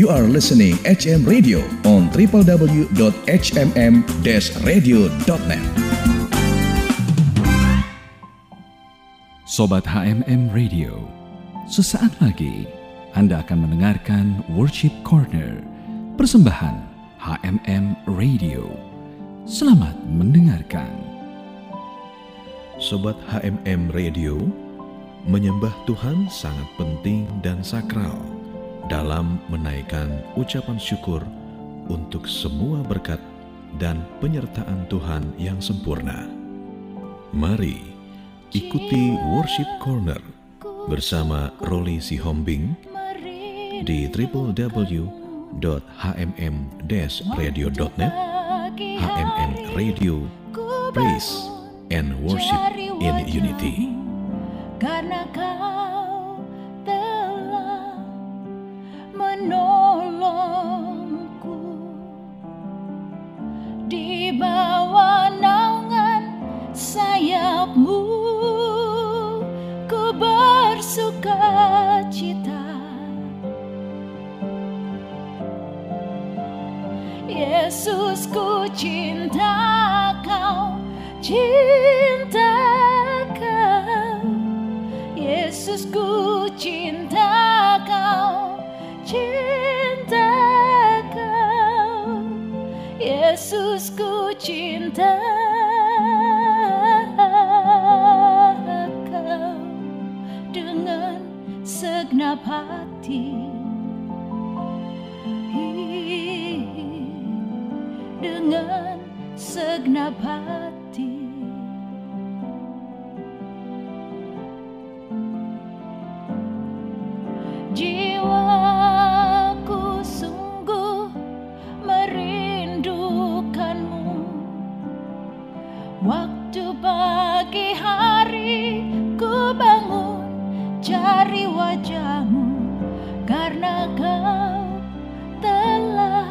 You are listening HM Radio on www.hmm-radio.net. Sobat HMM Radio, sesaat lagi Anda akan mendengarkan Worship Corner, persembahan HMM Radio. Selamat mendengarkan. Sobat HMM Radio, menyembah Tuhan sangat penting dan sakral dalam menaikkan ucapan syukur untuk semua berkat dan penyertaan Tuhan yang sempurna. Mari ikuti Worship Corner bersama Rolly Sihombing di www.hmm-radio.net. HMM Radio, praise and worship in unity. Karena Kau telah menolongku di bawah naungan sayap-Mu, ku bersuka cita. Yesus, ku cinta Kau, cinta Kau. Yesus, ku cinta Kau, cinta Kau. Yesus, ku cinta Kau dengan segenap hati, dengan segenap hati. Jiwaku sungguh merindukan-Mu. Waktu pagi hari ku bangun cari wajah-Mu, karena Kau telah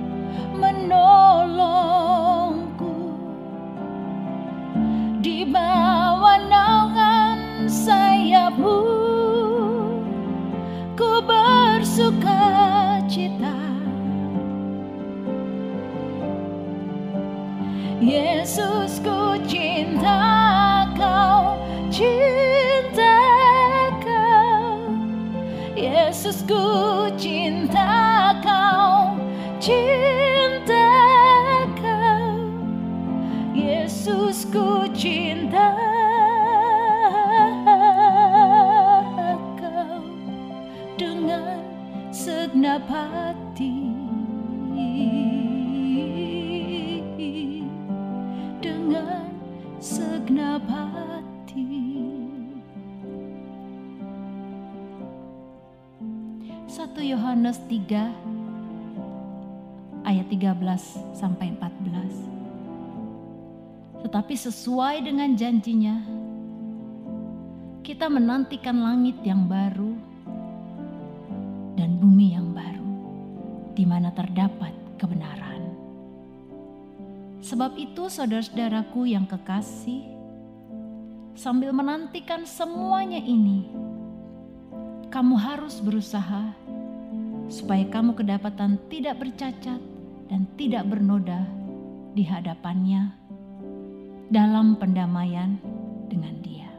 menolongku di bawah naungan sayap-Mu, ku bersuka cita. Yesus, ku cinta Kau, cinta Kau. Yesus, ku cinta Kau, cinta Kau. Yesus, ku cinta Kau dengan segenap hati, dengan segenap hati. 1 Yohanes 3 ayat 13 sampai 14. Tetapi sesuai dengan janjinya, kita menantikan langit yang baru dan bumi yang baru, di mana terdapat kebenaran. Sebab itu, saudara-saudaraku yang kekasih, sambil menantikan semuanya ini, kamu harus berusaha supaya kamu kedapatan tidak bercacat dan tidak bernoda di hadapannya dalam pendamaian dengan Dia.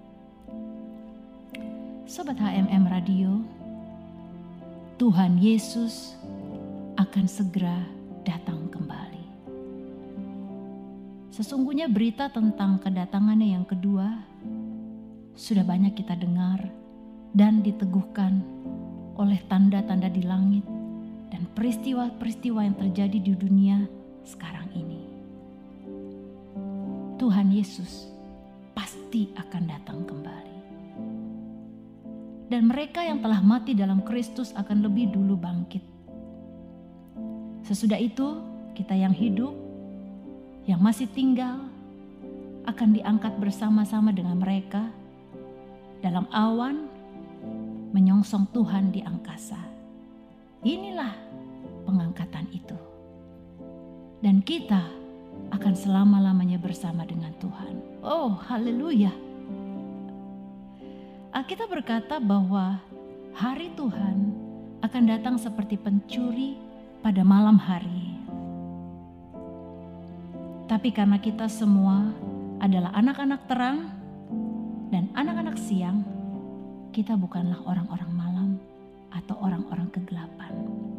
Sobat HMM Radio, Tuhan Yesus akan segera datang kembali. Sesungguhnya berita tentang kedatangannya yang kedua sudah banyak kita dengar dan diteguhkan oleh tanda-tanda di langit dan peristiwa-peristiwa yang terjadi di dunia sekarang ini. Tuhan Yesus pasti akan datang kembali. Dan mereka yang telah mati dalam Kristus akan lebih dulu bangkit. Sesudah itu, kita yang hidup, yang masih tinggal, akan diangkat bersama-sama dengan mereka dalam awan menyongsong Tuhan di angkasa. Inilah pengangkatan itu. Dan kita akan selama-lamanya bersama dengan Tuhan. Oh, haleluya. Alkitab berkata bahwa hari Tuhan akan datang seperti pencuri pada malam hari. Tapi karena kita semua adalah anak-anak terang dan anak-anak siang, kita bukanlah orang-orang malam atau orang-orang kegelapan.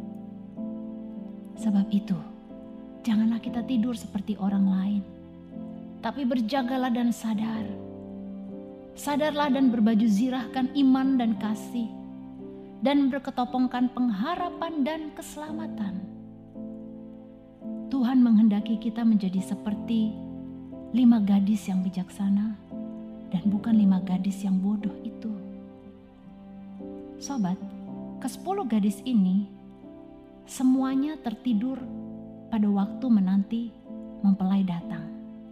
Sebab itu, janganlah kita tidur seperti orang lain, tapi berjagalah dan sadar. Sadarlah dan berbaju zirahkan iman dan kasih, dan berketopongkan pengharapan dan keselamatan. Tuhan menghendaki kita menjadi seperti 5 gadis yang bijaksana dan bukan 5 gadis yang bodoh itu. Sobat, ke-10 gadis ini semuanya tertidur pada waktu menanti mempelai datang.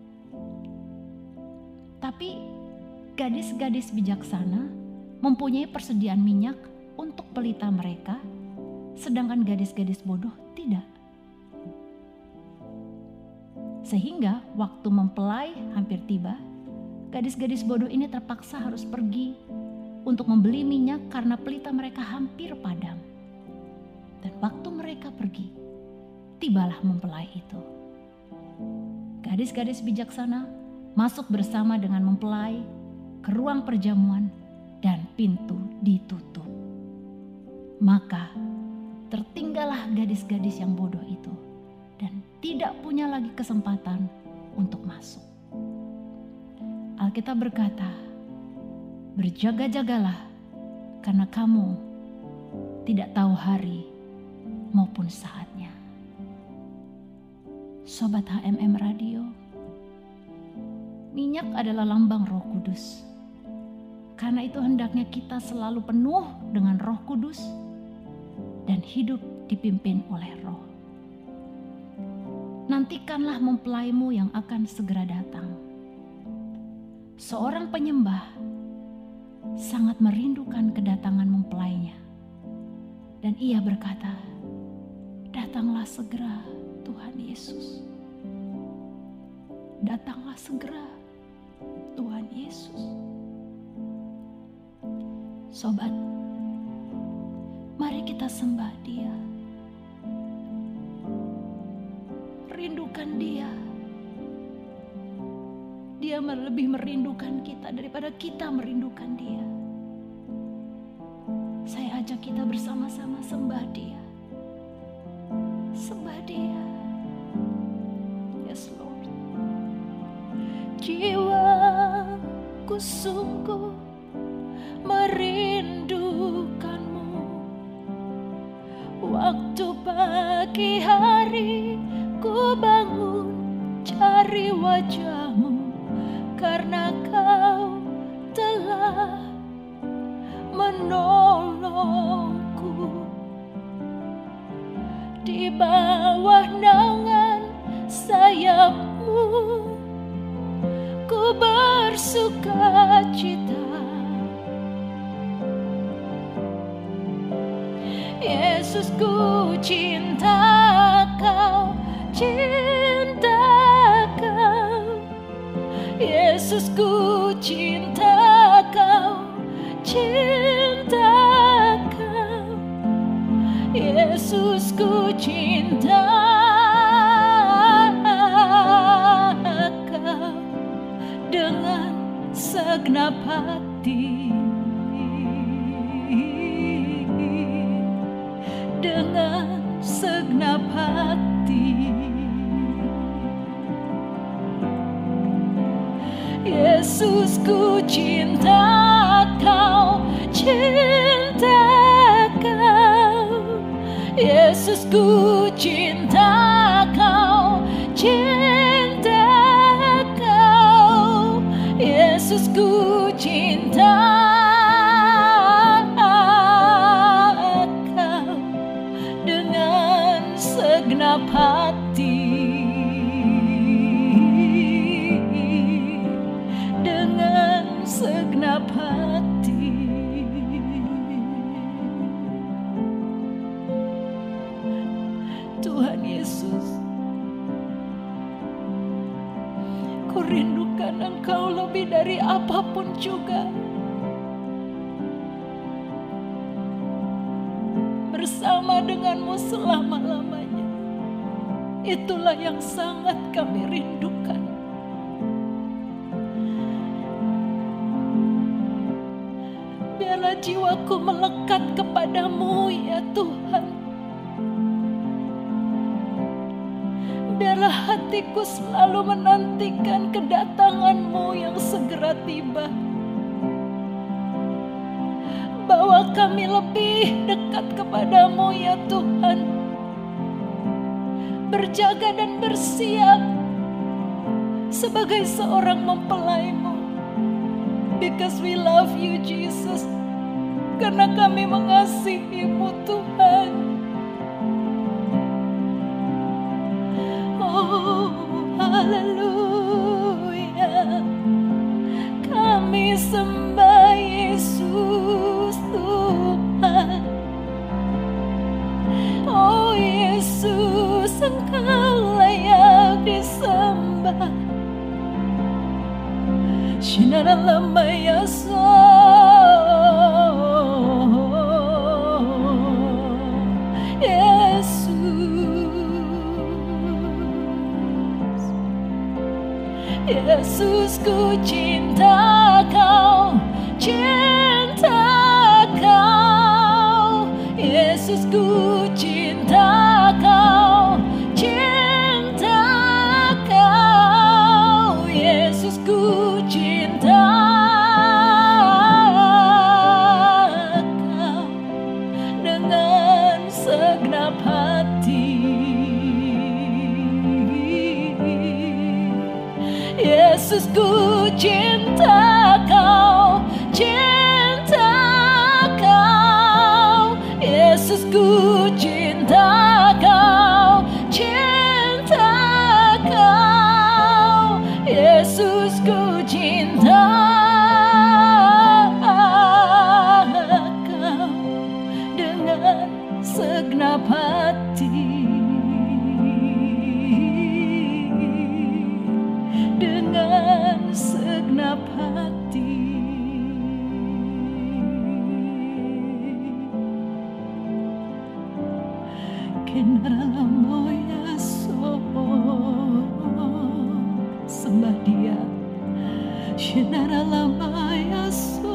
Tapi gadis-gadis bijaksana mempunyai persediaan minyak untuk pelita mereka, sedangkan gadis-gadis bodoh tidak. Sehingga waktu mempelai hampir tiba, gadis-gadis bodoh ini terpaksa harus pergi untuk membeli minyak karena pelita mereka hampir padam. Dan waktu mereka pergi, tibalah mempelai itu. Gadis-gadis bijaksana masuk bersama dengan mempelai ke ruang perjamuan dan pintu ditutup. Maka tertinggallah gadis-gadis yang bodoh itu dan tidak punya lagi kesempatan untuk masuk. Alkitab berkata, berjaga-jagalah karena kamu tidak tahu hari maupun saatnya. Sobat HMM Radio, minyak adalah lambang Roh Kudus. Karena itu hendaknya kita selalu penuh dengan Roh Kudus dan hidup dipimpin oleh Roh. Nantikanlah mempelaimu yang akan segera datang. Seorang penyembah sangat merindukan kedatangan mempelainya. Dan ia berkata, datanglah segera Tuhan Yesus. Datanglah segera Tuhan Yesus. Sobat, mari kita sembah Dia. Rindukan Dia. Dia lebih merindukan kita daripada kita merindukan Dia. Saya ajak kita bersama-sama sembah Dia. Sembah Dia. Yes Lord. Jiwaku sungguh merindukanmu. Waktu pagi hari ku bangun cari wajahmu, karena kau telah menolongku. Di bawah naungan sayapmu ku bersuka cita. Yesus, ku cinta Kau, cinta Kau. Yesus, ku cinta Kau, cinta Kau. Yesus, ku cinta Kau dengan segenap hati. Dengan segenap hati. Yesus, ku cinta Kau, cinta Kau. Yesus, ku cinta Kau, cinta Kau. Yesus, ku cinta segenap hati, dengan segenap hati. Tuhan Yesus, ku rindukan Engkau lebih dari apapun juga. denganmu selama-lamanya. Itulah yang sangat kami rindukan. Biarlah jiwaku melekat kepadamu ya Tuhan. Biarlah hatiku selalu menantikan kedatangan-Mu yang segera tiba. Bawa kami lebih dekat kepadamu ya Tuhan. Berjaga dan bersiap sebagai seorang mempelai-Mu. Because we love you Jesus. Karena kami mengasihi-Mu Tuhan. Oh haleluya. Kami sembah Yesus Tuhan. Oh Yesus, Engkau layak disembah. Shinaralamaya so Yesus. Yesus, ku cinta Kau, cinta Kau. Yesus, ku cinta Kau, cinta Kau. Yesus, ku cinta Kau dengan segenap hati. Yesus, ku cinta Kau, cinta Kau. Yesus, ku cinta Kau, cinta Kau. Yesus, ku cinta Kau dengan segenap hati. Dengan segenap hati. Kenaralamaya so, sembah Dia. Kenaralamaya so,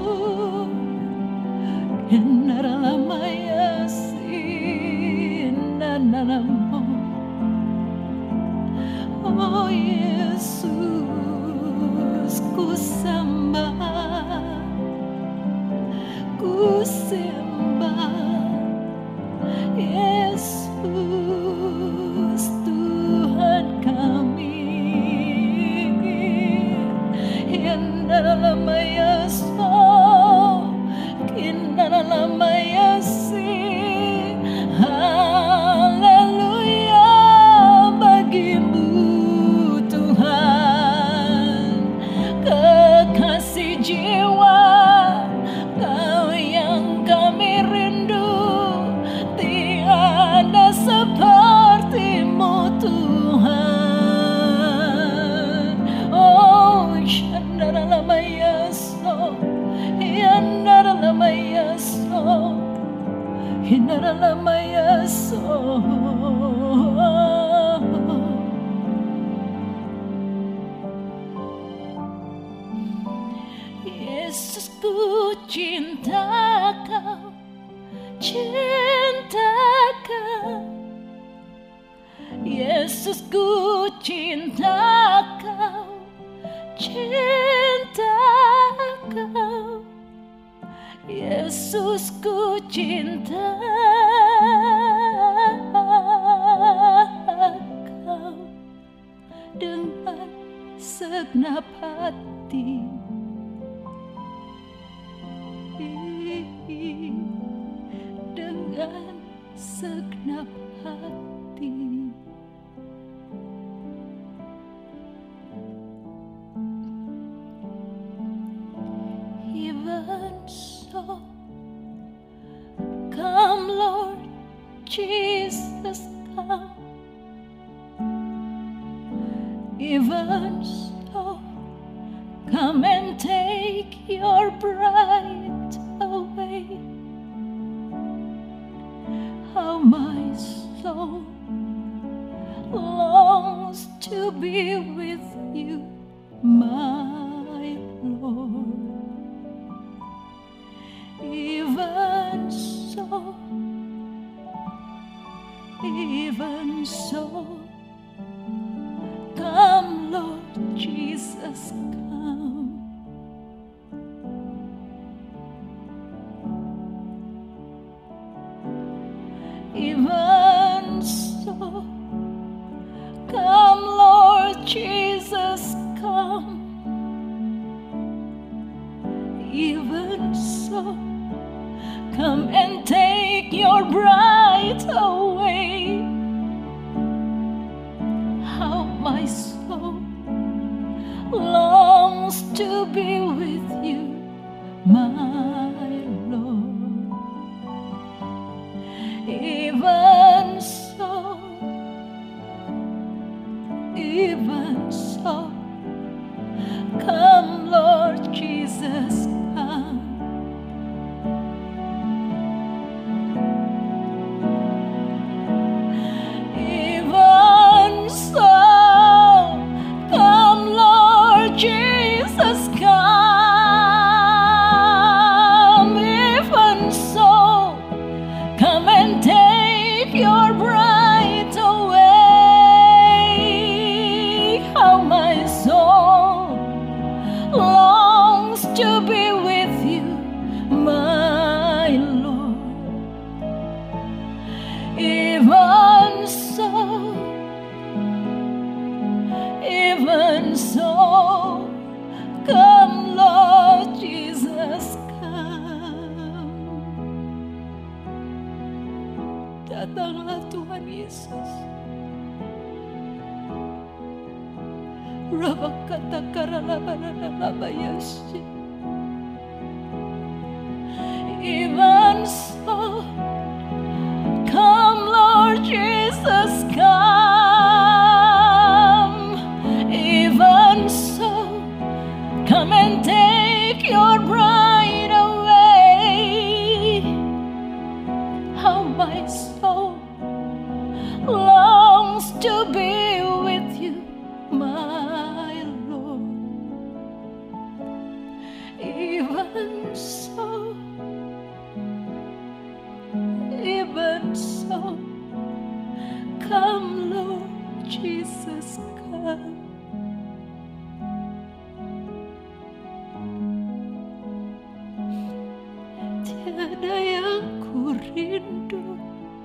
kenaralamaya si, nanaramo. Oh Yesus, ku sembah, ku sembah. Yesus, Tuhan kami. Kinaralamaya so, kinaralamaya si. Haleluya bagimu kekasih jiwa, Kau yang kami rindu. Tiada seperti-Mu Tuhan. Oh shandaralamaya so, yandaralamaya so, hindaralamaya so. Yesus, ku cinta Kau, cinta Kau. Yesus, ku cinta Kau, cinta Kau. Yesus, ku cinta Kau dengan segenap hati. Dengan segenap hati. Even so, come Lord Jesus, come. Even so, come and take your bride away. How my soul longs to be with you, my Lord. Even so, come Lord Jesus, come. Even so, come Lord Jesus, come. Even so, come and take your bride away. How my soul longs to be with you, my Lord. Even so, come Lord Jesus, come. Even so, come Lord Jesus, come. Even so, come and take your bride away. How my soul longs to be with you, my Lord. Even so, come Lord Jesus, come. Datanglah Tuhan Yesus. Even so, come Lord Jesus, come. Even so, come and take your bride away. How my soul longs to be with you, my Lord. Even so, come Lord Jesus, come. Tiada yang ku rindu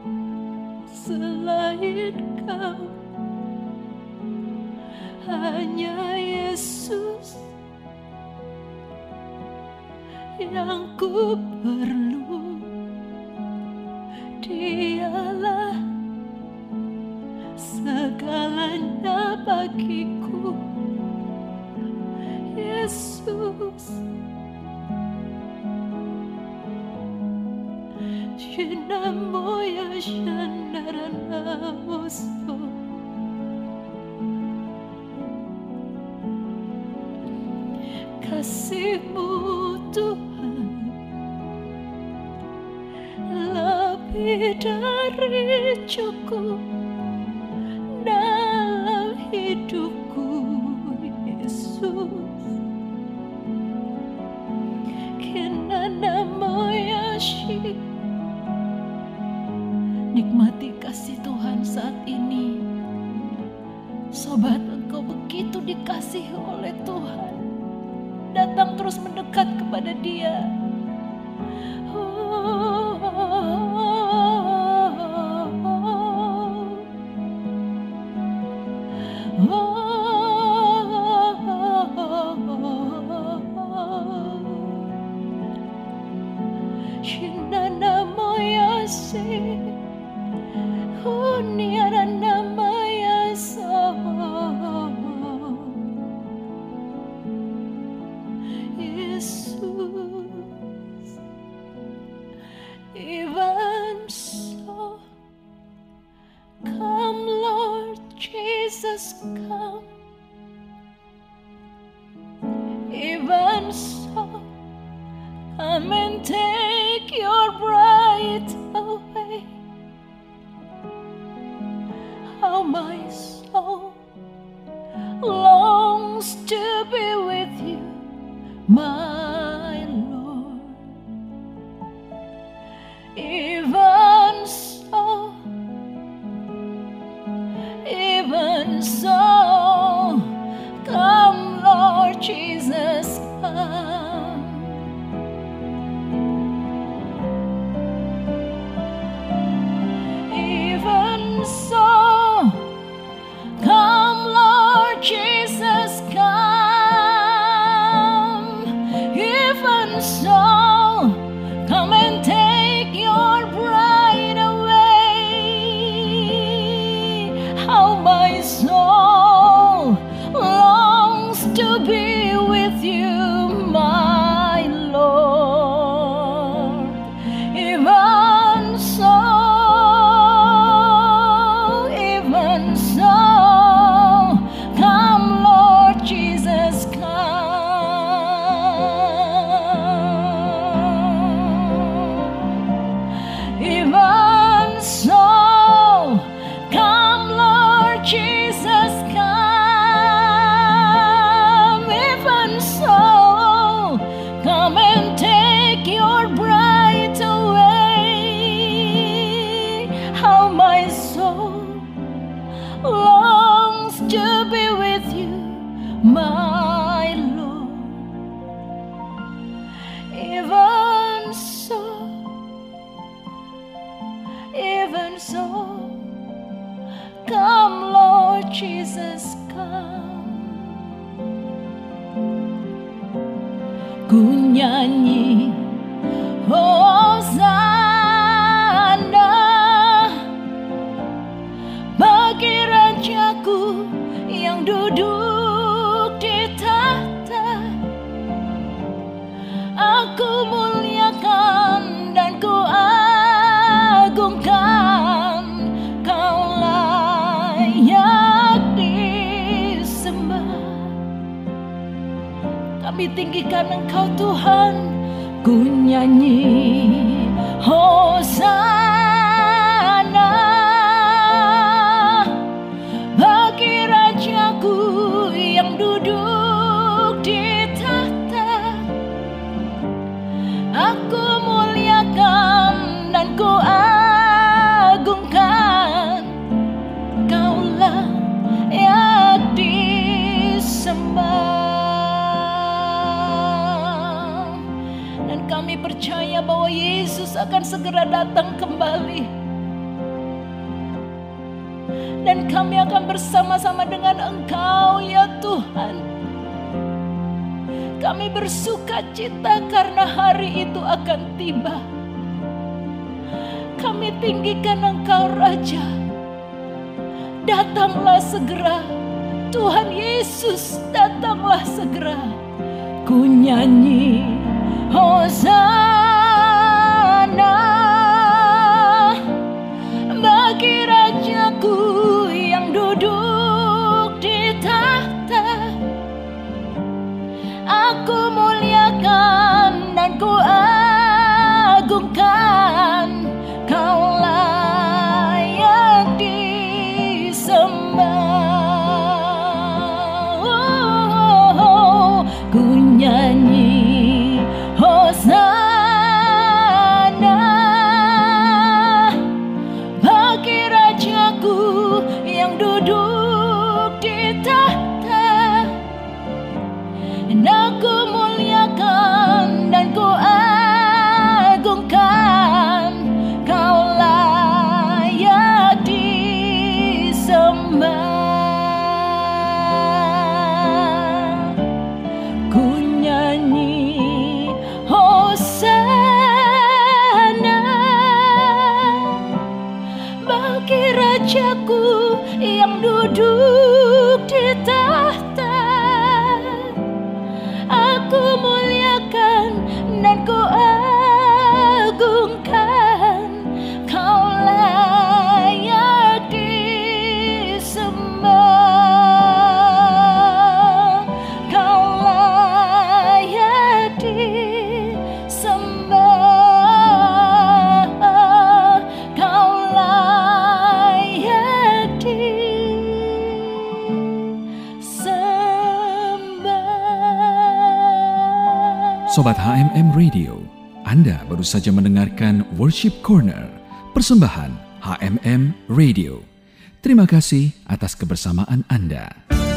selain kau, hanya Yesus yang ku perlu. Dialah segalanya bagiku, Yesus. Shinamo ya shandarana mosto, kasih-Mu Tuhan lebih dari cukup dalam hidupku, Yesus. Kinana moyashi, nikmati kasih Tuhan saat ini. Sobat, engkau begitu dikasihi oleh Tuhan. Datang terus mendekat kepada Dia. Shinana moyase, huniarana mayasa, Jesus. Even so, come Lord Jesus, come. Even so, come and take your bride away. how my soul longs to be with you, my Lord. Even so, come Lord Jesus, come. Even so, come Lord Jesus, come. Even so, come and take your bride away. How my soul longs to be with you, my Lord. Even so, come Lord Jesus, come. Even so, come Lord Jesus, come. Even so, come and take your bride away. How my soul longs to be with you, my Lord. Even so, come Lord Jesus, come. Ku nyanyi Hosana bagi Rajaku yang duduk di tahta. Aku muliakan dan ku agungkan, Kau layak disembah. Kami tinggikan Engkau Tuhan, ku nyanyi Hosana bagi Rajaku yang duduk di tahta. Aku muliakan dan ku agungkan, Kau layak disembah. Dan kami percaya bahwa Yesus akan segera datang kembali, dan kami akan bersama-sama dengan Engkau ya Tuhan. Kami bersuka cita karena hari itu akan tiba. Kami tinggikan Engkau Raja. Datanglah segera Tuhan Yesus, datanglah segera. Ku nyanyi Hosana bagi Rajaku yang duduk di tahta. Aku muliakan dan ku agungkan, Kau layak disembah. Ku nyanyi Hosana bagi Rajaku yang duduk di tahta. Dan aku muliakan dan ku agungkan, Kau layak disembah. Ku nyanyi Hosana bagi Rajaku yang duduk di tahta. Aku muliakan dan ku agungkan, Kau layak disembah. Kau layak disembah. Kau layak disembah. Sobat HMM Radio, Anda baru saja mendengarkan Worship Corner, persembahan HMM Radio. Terima kasih atas kebersamaan Anda.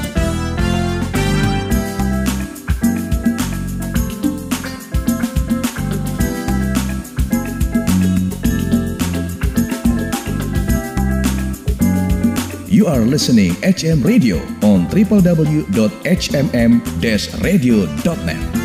You are listening HM Radio on www.hmm-radio.net.